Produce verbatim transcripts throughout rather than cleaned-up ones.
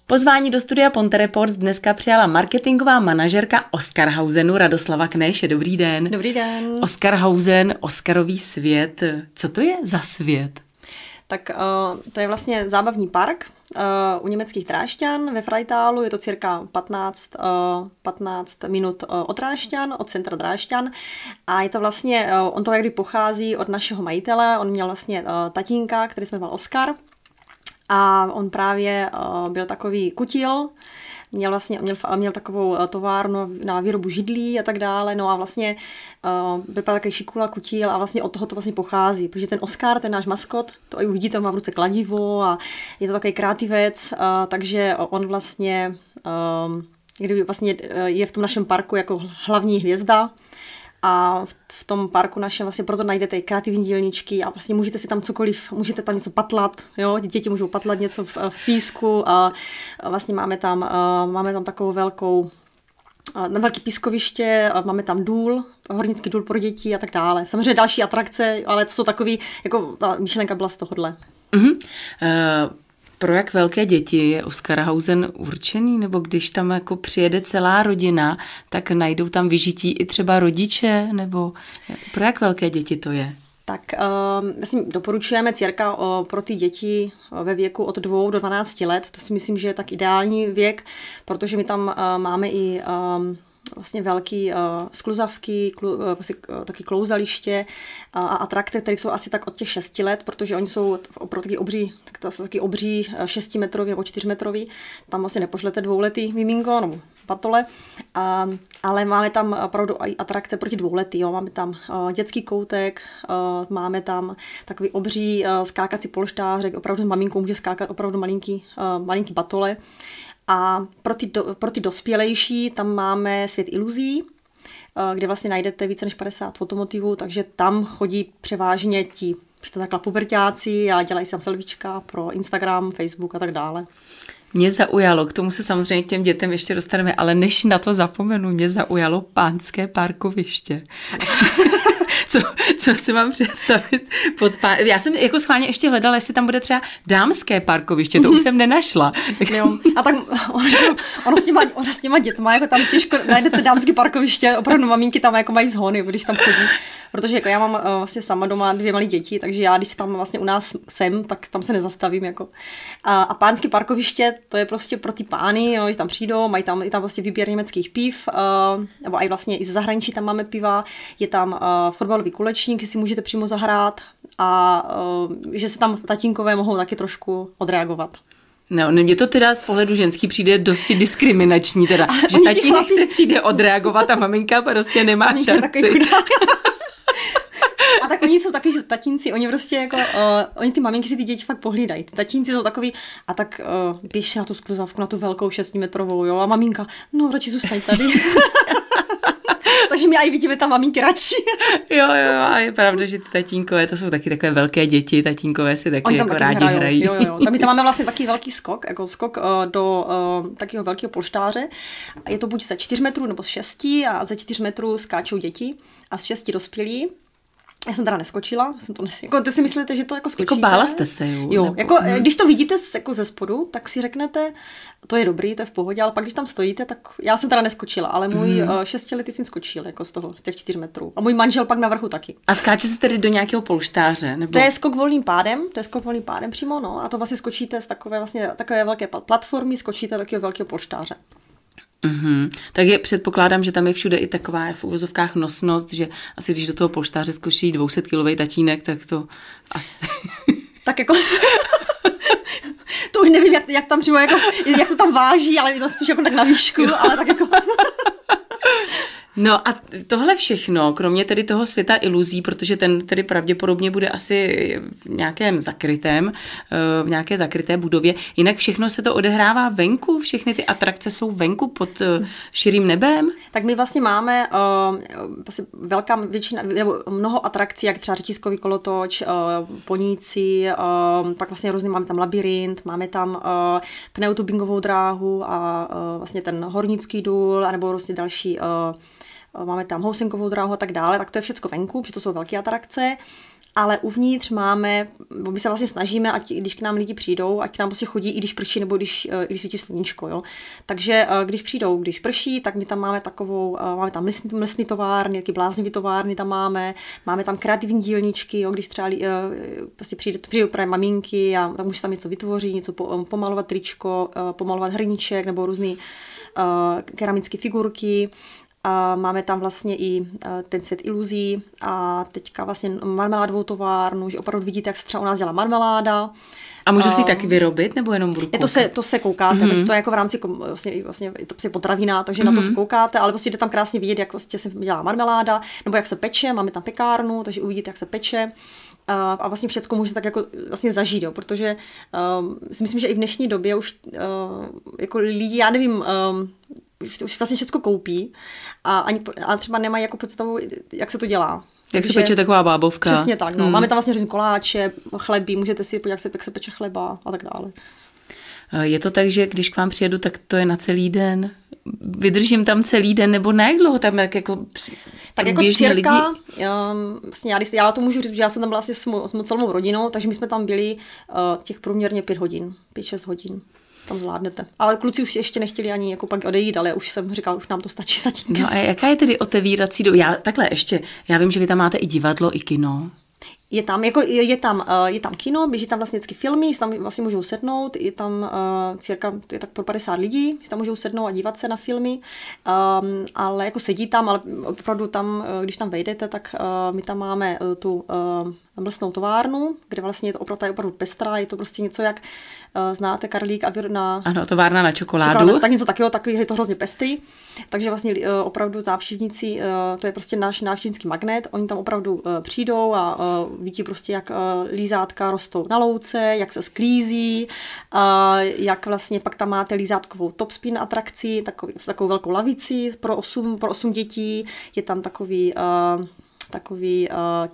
Pozvání do studia Ponte Reports dneska přijala marketingová manažerka Oscarhausenu Radoslava Knéše. Dobrý den. Dobrý den. Oscarhausen, Oscarový svět. Co to je za svět? Tak uh, to je vlastně zábavní park uh, u německých Drášťan ve Freitálu. Je to cirka patnáct, uh, patnáct minut uh, od Drášťan, od centra Drášťan. A je to vlastně, uh, on to jakdy pochází od našeho majitele. On měl vlastně uh, tatínka, který se jmenoval Oskar. A on právě uh, byl takový kutil, měl vlastně měl, měl takovou továrnu na výrobu židlí a tak dále, no a vlastně uh, byl takový šikula, kutil a vlastně od toho to vlastně pochází, protože ten Oskar, ten náš maskot, to i uvidíte, má v ruce kladivo a je to takový kreativec, uh, takže on vlastně, uh, kdyby vlastně je v tom našem parku jako hlavní hvězda. A v tom parku našem vlastně proto najdete kreativní dílničky a vlastně můžete si tam cokoliv, můžete tam něco patlat, jo, děti můžou patlat něco v, v písku a vlastně máme tam, máme tam takovou velkou, na velké pískoviště, máme tam důl, hornický důl pro děti a tak dále. Samozřejmě další atrakce, ale to jsou takový, jako ta myšlenka byla z tohohle. Mm-hmm. Uh... Pro jak velké děti je Oscarhausen určený? Nebo když tam jako přijede celá rodina, tak najdou tam vyžití i třeba rodiče? Nebo pro jak velké děti to je? Tak uh, myslím, doporučujeme cirka uh, pro ty děti ve věku od dvou do dvanácti let. To si myslím, že je tak ideální věk, protože my tam uh, máme i um, vlastně velký uh, skluzavky, klu, uh, vlastně, uh, taky klouzaliště uh, a atrakce, které jsou asi tak od těch šesti let, protože oni jsou opravdu taky obří, tak to jsou taky obří šestimetrový nebo čtyřmetrový. Tam asi nepošlete dvouletý miminko, nebo patole, uh, ale máme tam opravdu i atrakce proti dvouletý. Jo. Máme tam uh, dětský koutek, uh, máme tam takový obří uh, skákací polštářek, opravdu s maminkou může skákat opravdu malinký, uh, malinký batole. A pro ty, do, pro ty dospělejší tam máme svět iluzí, kde vlastně najdete více než padesát fotomotivů, takže tam chodí převážně ti, to takhle puberťáci a dělají si tam selviečka pro Instagram, Facebook a tak dále. Mě zaujalo, k tomu se samozřejmě k těm dětem ještě dostaneme, ale než na to zapomenu, mě zaujalo pánské parkoviště. Co, co si mám představit pod pán... Já jsem jako schválně ještě hledala, jestli tam bude třeba dámské parkoviště, to už jsem nenašla. Jo. A tak ono s těma, ono s těma dětma, jako tam těžko najdete dámské parkoviště, opravdu maminky tam jako mají zhony, když tam chodí. Protože jako já mám uh, vlastně sama doma dvě malé děti, takže já, když tam vlastně u nás jsem, tak tam se nezastavím. Jako. A, a pánské parkoviště, to je prostě pro ty pány, jo, že tam přijdou, mají tam, je tam prostě výběr německých piv, uh, nebo i vlastně i ze zahraničí tam máme piva, je tam uh, fotbalový kulečník, si můžete přímo zahrát a uh, že se tam tatínkové mohou taky trošku odreagovat. No, mně to teda z pohledu ženský přijde dosti diskriminační, teda, že tatínek chlapí... se přijde odreagovat a maminka prostě nemá maminka šanci. A tak oni jsou takový, že tatínci, oni prostě jako, uh, oni ty maminky si ty děti fakt pohlídají. Ty tatínci jsou takový, a tak uh, běž na tu skluzavku, na tu velkou šestimetrovou, jo, a maminka, no radši zůstaň tady. Takže my aj vidíme tam maminky radši. Jo, jo, a je pravda, že ty tatínkové, to jsou taky takové velké děti, tatínkové si taky jako taky rádi hrajou. hrají. Jo, jo, tak my tam máme vlastně takový velký skok, jako skok uh, do uh, takového velkého polštáře. Je to buď ze čtyř metrů nebo z šesti a ze čtyř metrů skáčou děti a z šesti dospělí. Já jsem teda neskočila, jsem to nes... jako, to si myslíte, že to jako skočíte? Jako bála jste se, jo? Jo, nebo... jako, když to vidíte jako ze spodu, tak si řeknete, to je dobrý, to je v pohodě, ale pak když tam stojíte, tak já jsem teda neskočila, ale můj mm. šestiletý syn skočil jako z toho, z těch čtyř metrů. A můj manžel pak na vrchu taky. A skáče se tedy do nějakého polštáře? Nebo... To je skok volným pádem, to je skok volným pádem přímo, no, a to vlastně skočíte z takové, vlastně, takové velké platformy, skočíte do takového velkého polštáře. Mm-hmm. Tak je, předpokládám, že tam je všude i taková v uvozovkách nosnost, že asi když do toho polštáře skočí dvousetkilový tatínek, tak to asi... Tak jako... to už nevím, jak, jak tam přímo, jako, jak to tam váží, ale je to spíš jako tak na výšku, ale tak jako... No a tohle všechno, kromě tedy toho světa iluzí, protože ten tedy pravděpodobně bude asi v nějakém zakrytém, v nějaké zakryté budově, jinak všechno se to odehrává venku, všechny ty atrakce jsou venku pod širým nebem? Tak my vlastně máme uh, vlastně velká většina, nebo mnoho atrakcí, jak třeba řetiskový kolotoč, uh, poníci, uh, pak vlastně různý, máme tam labyrint, máme tam uh, pneutubingovou dráhu a uh, vlastně ten hornický důl, anebo prostě další uh, máme tam housenkovou dráhu a tak dále, tak to je všecko venku, protože to jsou velké atrakce. ale uvnitř máme, bo my se vlastně snažíme, ať když k nám lidi přijdou, ať k nám prostě chodí, i když prší, nebo když, i když svítí sluníčko. Jo. Takže když přijdou, když prší, tak my tam máme takovou, máme tam mlsný, mlsný továrny, jaký bláznivý továrny tam máme, máme tam kreativní dílničky, jo, když třeba prostě přijde, přijdou právě maminky a tam může tam něco vytvořit, něco pomalovat tričko, pomalovat hrníček nebo různý uh, keramické figurky. A máme tam vlastně i ten svět iluzí a teďka vlastně marmeládovou továrnu, že opravdu vidíte, jak se třeba u nás dělá marmeláda. A můžu si ji taky vyrobit, nebo jenom budu koukat? To se, to se koukáte, mm-hmm. to je jako v rámci vlastně, vlastně je to prostě potravina, takže mm-hmm. na to se koukáte, ale prostě jde tam krásně vidět, jak vlastně se dělá marmeláda, nebo jak se peče, máme tam pekárnu, takže uvidíte, jak se peče. A vlastně všechno můžete tak jako vlastně zažít, jo, protože um, si myslím, že i v dnešní době už uh, jako lidi, já nevím, um, už, už vlastně všechno koupí a, ani, a třeba nemají jako představu, jak se to dělá. Jak se peče taková bábovka. Přesně tak, no. Hmm. Máme tam vlastně různé koláče, chleby, můžete si podívat, jak se, jak se peče chleba a tak dále. Je to tak, že když k vám přijedu, tak to je na celý den? Vydržím tam celý den, nebo ne? Jak dlouho tam jak jako tak jako cirka, um, vlastně já, já to můžu říct, že já jsem tam byla asi s mou, s mou celou rodinou, takže my jsme tam byli uh, těch průměrně pět hodin, pět šest hodin. Tam zvládnete. Ale kluci už ještě nechtěli ani jako pak odejít, ale už jsem říkala, už nám to stačí zatím. No a jaká je tedy otevírací doba? Já takhle ještě, já vím, že vy tam máte i divadlo, i kino. Je tam, jako, je, je, tam, je tam kino, běží tam vlastně vždycky filmy, že tam vlastně můžou sednout, je tam uh, cirka, je tak pro padesát lidí, že tam můžou sednout a dívat se na filmy, um, ale jako sedí tam, ale opravdu tam, když tam vejdete, tak uh, my tam máme uh, tu uh, mlsnou továrnu, kde vlastně je to opravdu, je opravdu pestrá, je to prostě něco, jak uh, znáte Karlík a na... Ano, továrna na čokoládu. čokoládu. Tak něco takového, takový je to hrozně pestrý, takže vlastně uh, opravdu návštěvníci, uh, to je prostě náš návštěvnický magnet, oni tam opravdu uh, přijdou a uh, vidí prostě, jak uh, lízátka rostou na louce, jak se sklízí, uh, jak vlastně pak tam máte lízátkovou top spin atrakci, takový, takovou velkou lavici pro osm, pro osm dětí, je tam takový, uh, takový uh,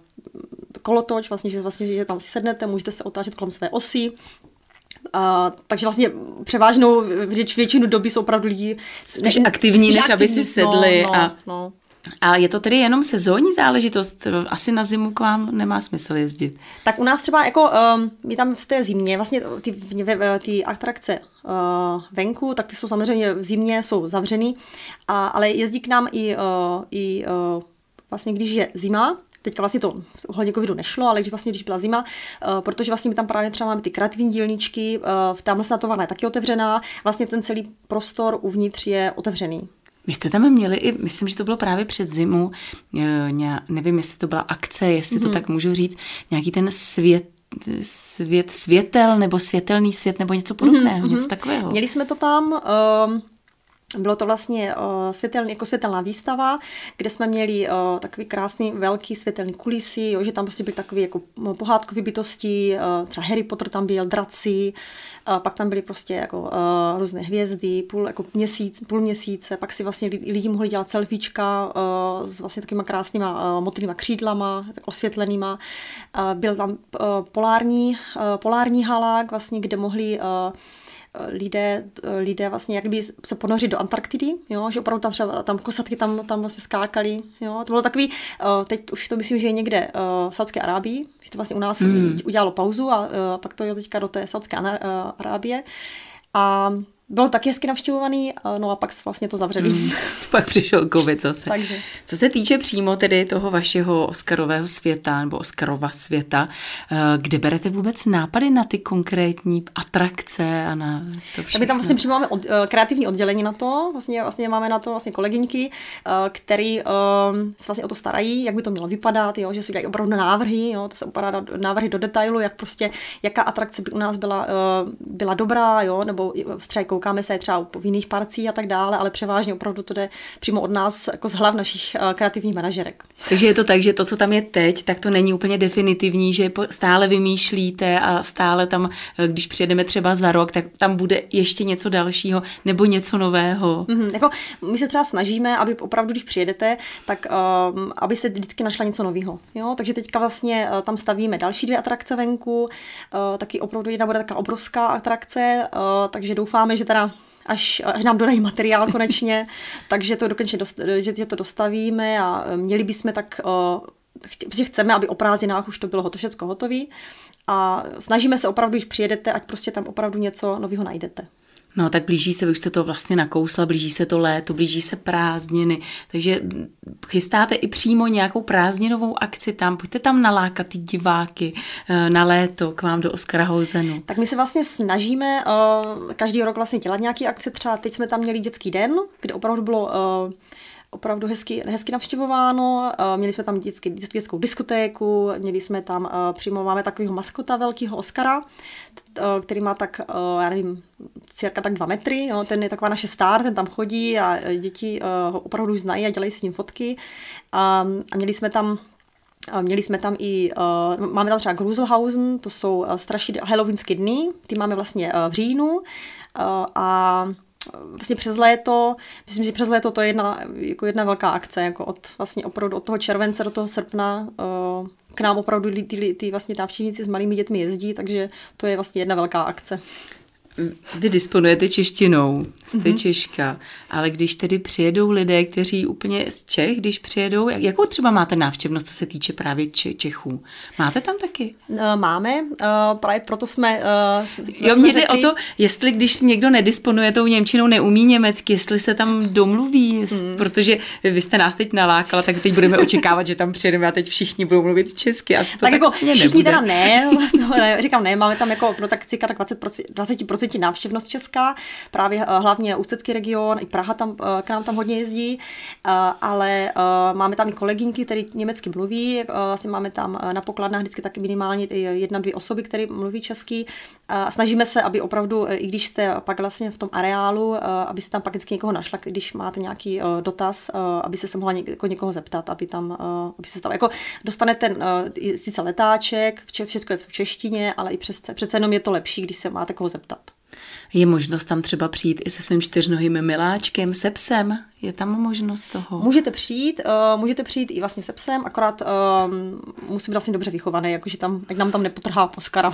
kolotoč, vlastně, že, vlastně, že tam si sednete, můžete se otáčet kolem své osy. Uh, takže vlastně převážnou věč, většinu doby jsou opravdu lidi spíš aktivní, než aby si sedli. No, no, a, no. a je to tedy jenom sezónní záležitost? Asi na zimu k vám nemá smysl jezdit. Tak u nás třeba jako um, my tam v té zimě, vlastně ty, ty atrakce uh, venku, tak ty jsou samozřejmě v zimě jsou zavřený, a, ale jezdí k nám i, uh, i uh, vlastně když je zima. Teďka vlastně to ohledně covidu nešlo, ale když vlastně když byla zima, uh, protože vlastně my tam právě třeba máme ty kreativní dílničky, uh, ta mlsná továrna je taky otevřená, vlastně ten celý prostor uvnitř je otevřený. Vy jste tam měli i, myslím, že to bylo právě před zimu, ně, nevím, jestli to byla akce, jestli mm-hmm. to tak můžu říct, nějaký ten svět, svět, světel nebo světelný svět nebo něco podobného, mm-hmm. něco takového. Měli jsme to tam... Uh, Bylo to vlastně uh, světelný, jako světelná výstava, kde jsme měli uh, takový krásný velký světelný kulisy, jo, že tam prostě byly takové jako pohádkové bytosti, uh, třeba Harry Potter tam byl, draci, uh, pak tam byly prostě jako uh, různé hvězdy, půl, jako měsíc, půl měsíce, pak si vlastně lidi mohli dělat selfiečka uh, s vlastně takovýma krásnýma uh, motýlýma křídlama, tak osvětlenýma. Uh, byl tam uh, polární, uh, polární halák, vlastně, kde mohli uh, lidé, lidé vlastně jak by se ponořit do Antarktidy, jo, že opravdu tam třeba tam kosatky tam, tam vlastně skákali, jo, to bylo takový, teď už to myslím, že je někde v Saudské Arábii, že to vlastně u nás mm. udělalo pauzu a, a pak to je teďka do té Saudské Arábie a bylo taky hezky navštěvovaný, no a pak vlastně to zavřeli. Mm, pak přišel covid zase. Takže. Co se týče přímo tedy toho vašeho Oscarového světa, nebo Oscarova světa, kde berete vůbec nápady na ty konkrétní atrakce a na to všechno? My tam vlastně přímo máme od, kreativní oddělení na to, vlastně, vlastně máme na to vlastně kolegyňky, který um, se vlastně o to starají, jak by to mělo vypadat, jo, že si dělají opravdu návrhy, jo, to se opadá návrhy do detailu, jak prostě, jaká atrakce by u nás byla, uh, byla dobrá, jo, nebo třeba koukáme se třeba v jiných parcích a tak dále, ale převážně opravdu to jde přímo od nás jako z hlav našich kreativních manažerek. Takže je to tak, že to, co tam je teď, tak to není úplně definitivní, že stále vymýšlíte a stále tam, když přijedeme třeba za rok, tak tam bude ještě něco dalšího nebo něco nového. Mm-hmm. Jako, my se třeba snažíme, aby opravdu, když přijedete, tak um, abyste vždycky našla něco nového. Jo? Takže teďka vlastně uh, tam stavíme další dvě atrakce venku, uh, taky opravdu jedna bude taková obrovská atrakce, uh, takže doufáme, že teda až, až nám dodají materiál konečně, takže to dokončně dost, že to dostavíme a měli bychom tak uh, protože chceme, aby o prázdninách už to bylo hoto, všecko hotové. A snažíme se opravdu, když přijedete, ať prostě tam opravdu něco nového najdete. No tak blíží se, vy už jste to vlastně nakousla, blíží se to léto, blíží se prázdniny, takže chystáte i přímo nějakou prázdninovou akci tam, pojďte tam nalákat ty diváky na léto k vám do Oscarhausenu. Tak my se vlastně snažíme uh, každý rok vlastně dělat nějaký akce, třeba teď jsme tam měli dětský den, kde opravdu bylo uh, opravdu hezky, hezky navštěvováno. Měli jsme tam dětský, dětskou diskotéku, měli jsme tam, přímo máme takového maskota velkého Oscara, který má tak, já nevím, cirka tak dva metry. Jo. Ten je taková naše star, ten tam chodí a děti ho opravdu znají a dělají s ním fotky. A, a měli jsme tam Měli jsme tam i, uh, máme tam třeba Gruselhausen, to jsou uh, strašně halloweenské dny, ty máme vlastně uh, v říjnu uh, a vlastně přes léto, myslím, že přes léto to je jedna, jako jedna velká akce, jako od, vlastně opravdu od toho července do toho srpna uh, k nám opravdu ty, ty, ty vlastně návštěvníci s malými dětmi jezdí, takže to je vlastně jedna velká akce. Vy disponujete češtinou, jste mm-hmm. Češka, ale když tedy přijedou lidé, kteří úplně z Čech, když přijedou, jak, jakou třeba máte návštěvnost, co se týče právě Čechů? Máte tam taky? Máme, právě proto jsme... Jo, mě jde o to, jestli když někdo nedisponuje tou němčinou, neumí německy, jestli se tam domluví, mm. protože vy jste nás teď nalákala, tak teď budeme očekávat, že tam přijedeme a teď všichni budou mluvit česky. Asi to tak, tak jako všichni nebude. Teda ne, no, ne, říkám ne, máme tam jako no, tak cirka dvacet procent návštěvnost česká, právě hlavně Ústecký region, i Praha tam, k nám tam hodně jezdí, ale máme tam i kolegyňky, které německy mluví, vlastně máme tam na pokladnách vždycky taky minimálně jedna, dvě osoby, které mluví česky. Snažíme se, aby opravdu, i když jste pak vlastně v tom areálu, aby se tam pak vždycky někoho našla, když máte nějaký dotaz, aby se se mohla něko, někoho zeptat, aby tam, aby se tam, jako dostanete sice letáček, v Česku je v češtině, ale i přece, přece jenom je to lepší, když se máte koho zeptat. Je možnost tam třeba přijít i se svým čtyřnohým miláčkem, se psem? Je tam možnost toho? Můžete přijít, uh, můžete přijít i vlastně se psem, akorát uh, musí být vlastně dobře vychovaný, jakože tam, ať nám tam nepotrhá Oscara.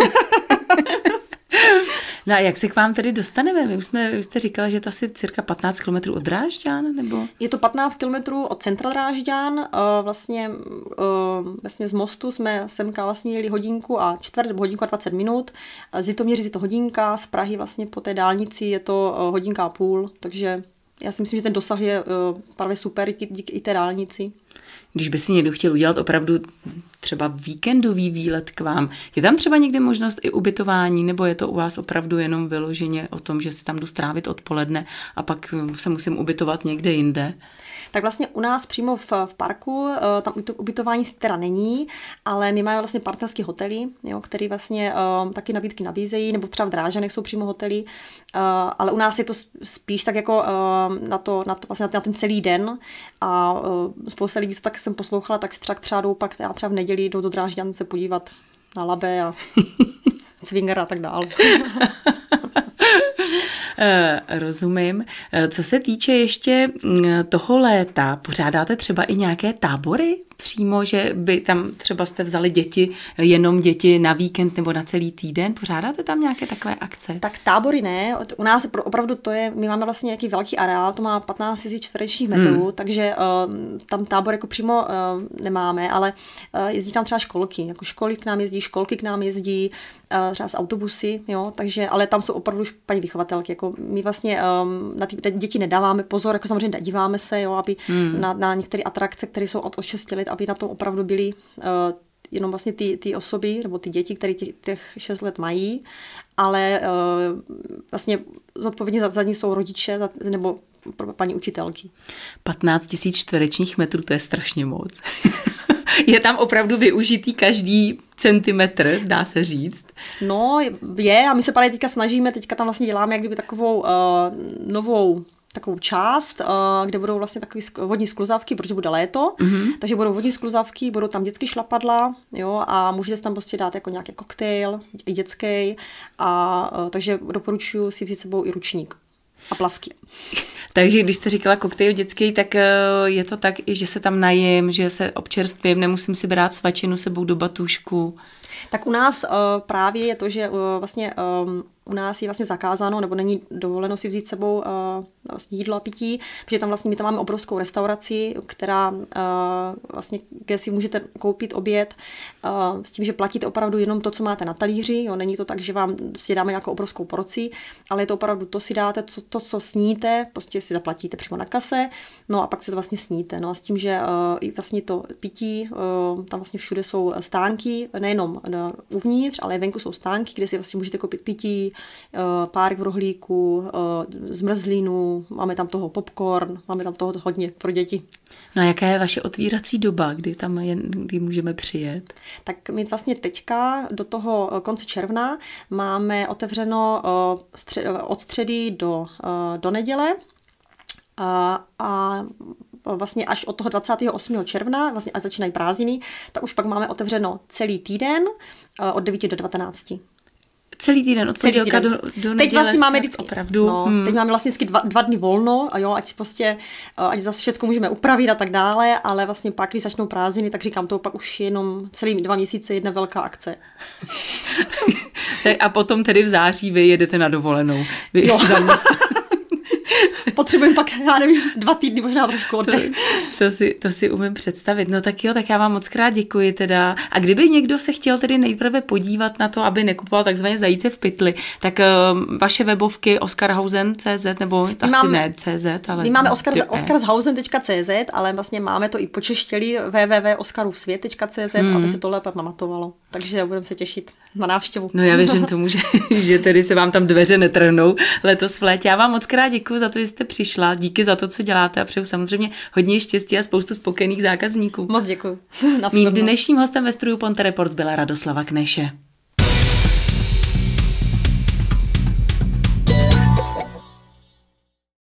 No a jak se k vám tedy dostaneme? My jsme, vy jste říkala, že to asi cirka patnáct kilometrů od Drážďan, nebo? Je to patnáct kilometrů od centra Drážďan. Vlastně, vlastně z mostu jsme semka vlastně jeli hodinku a čtvrt, nebo hodinku a dvacet minut. Z Litoměří je to hodinka, z Prahy vlastně po té dálnici je to hodinka a půl, takže já si myslím, že ten dosah je právě super díky i té dálnici. Když by si někdo chtěl udělat opravdu třeba víkendový výlet k vám, je tam třeba někde možnost i ubytování, nebo je to u vás opravdu jenom vyloženě o tom, že si tam jdu strávit odpoledne a pak se musím ubytovat někde jinde? Tak vlastně u nás přímo v, v parku tam ubytování teda není, ale my máme vlastně partnerské hotely, jo, které vlastně um, taky nabídky nabízejí, nebo třeba v Drážďanech jsou přímo hotely, uh, ale u nás je to spíš tak jako uh, na, to, na, to, vlastně na ten celý den a uh, spousta lidí, co tak jsem poslouchala, tak si třeba, třeba jdou pak já třeba v neděli jdou do Drážďan se podívat na Labe a Zwinger a tak dále. Rozumím. Co se týče ještě toho léta, pořádáte třeba i nějaké tábory přímo, že by tam třeba jste vzali děti, jenom děti na víkend nebo na celý týden? Pořádáte tam nějaké takové akce? Tak tábory ne. U nás opravdu to je, my máme vlastně nějaký velký areál, to má patnáct tisíc čtverečních metrů, hmm. takže uh, tam tábor jako přímo uh, nemáme, ale uh, jezdí tam třeba školky. Jako školy k nám jezdí, školky k nám jezdí, uh, třeba z autobusy, jo, takže, ale tam jsou opravdu paní vychovatelky. Jako my vlastně um, na ty děti nedáváme pozor, jako samozřejmě díváme se, jo, aby hmm. na, na některé atrakce, které jsou od šesti let, aby na tom opravdu byly uh, jenom vlastně ty, ty osoby, nebo ty děti, které těch, těch šest let mají, ale uh, vlastně zodpovědní za, za ní jsou rodiče za, nebo paní učitelky. patnáct tisíc čtverečních metrů, to je strašně moc. Je tam opravdu využitý každý centimetr, dá se říct? No, je a my se právě teďka snažíme, teďka tam vlastně děláme jak kdyby takovou uh, novou takovou část, kde budou vlastně takové vodní skluzavky, protože bude léto, mm-hmm. takže budou vodní skluzavky, budou tam dětské šlapadla, jo, a můžete si tam prostě dát jako nějaký koktejl, i dětský, a takže doporučuji si vzít sebou i ručník a plavky. Takže když jste říkala koktejl dětský, tak je to tak i, že se tam najím, že se občerstvím, nemusím si brát svačinu sebou do batušku. Tak u nás uh, právě je to, že uh, vlastně um, u nás je vlastně zakázáno, nebo není dovoleno si vzít s sebou uh, vlastně jídlo a pití, protože tam vlastně my tam máme obrovskou restauraci, která uh, vlastně, kde si můžete koupit oběd uh, s tím, že platíte opravdu jenom to, co máte na talíři. Jo, není to tak, že vám si dáme nějakou obrovskou porci, ale je to opravdu to si dáte, co, to, co sníte, prostě si zaplatíte přímo na kase, no a pak si to vlastně sníte. No a s tím, že uh, i vlastně to pití, uh, tam vlastně všude jsou stánky, nejenom uh, uvnitř, ale venku jsou stánky, kde si vlastně můžete koupit pití, párek v rohlíku, zmrzlinu, máme tam toho popcorn, máme tam toho hodně pro děti. No a jaká je vaše otvírací doba, kdy tam je, kdy můžeme přijet? Tak my vlastně teďka do toho konce června máme otevřeno od středy do, do neděle a, a vlastně až od toho dvacátého osmého června, vlastně až začínají prázdniny, tak už pak máme otevřeno celý týden od devíti do devatenácti. Celý týden, od pondělka do, do neděle. Teď vlastně máme vždycky, opravdu. No, hmm. teď máme vlastně vždycky dva, dva dny volno, a jo, ať prostě, ať zase všechno můžeme upravit a tak dále, ale vlastně pak, když začnou prázdniny, tak říkám, to pak už jenom celý dva měsíce jedna velká akce. A potom tedy v září vy jedete na dovolenou. Vy jo. Za město. Potřebujeme pak, já nevím, dva týdny možná trošku oddech. To, to, si, to si umím představit. No tak jo, tak já vám moc krát děkuji teda. A kdyby někdo se chtěl tedy nejprve podívat na to, aby nekupoval takzvaně zajíce v pytli, tak uh, vaše webovky oscarhausen tečka cé zet nebo asi máme, ne C Z, ale... My máme Oscar, oscarshausen tečka cé zet, ale vlastně máme to i počeštěli w w w tečka oscarusvět tečka cé zet, hmm. aby se to lépe pamatovalo. Takže budeme se těšit na návštěvu. No já věřím tomu, že, že tedy se vám tam dveře netrhnou letos v létě. Já vám moc krát děkuji za to, že jste přišla. Díky za to, co děláte a přeju samozřejmě hodně štěstí a spoustu spokojených zákazníků. Moc děkuji. Mým dnešním hostem ve studiu Ponte Reports byla Radoslava Kneše.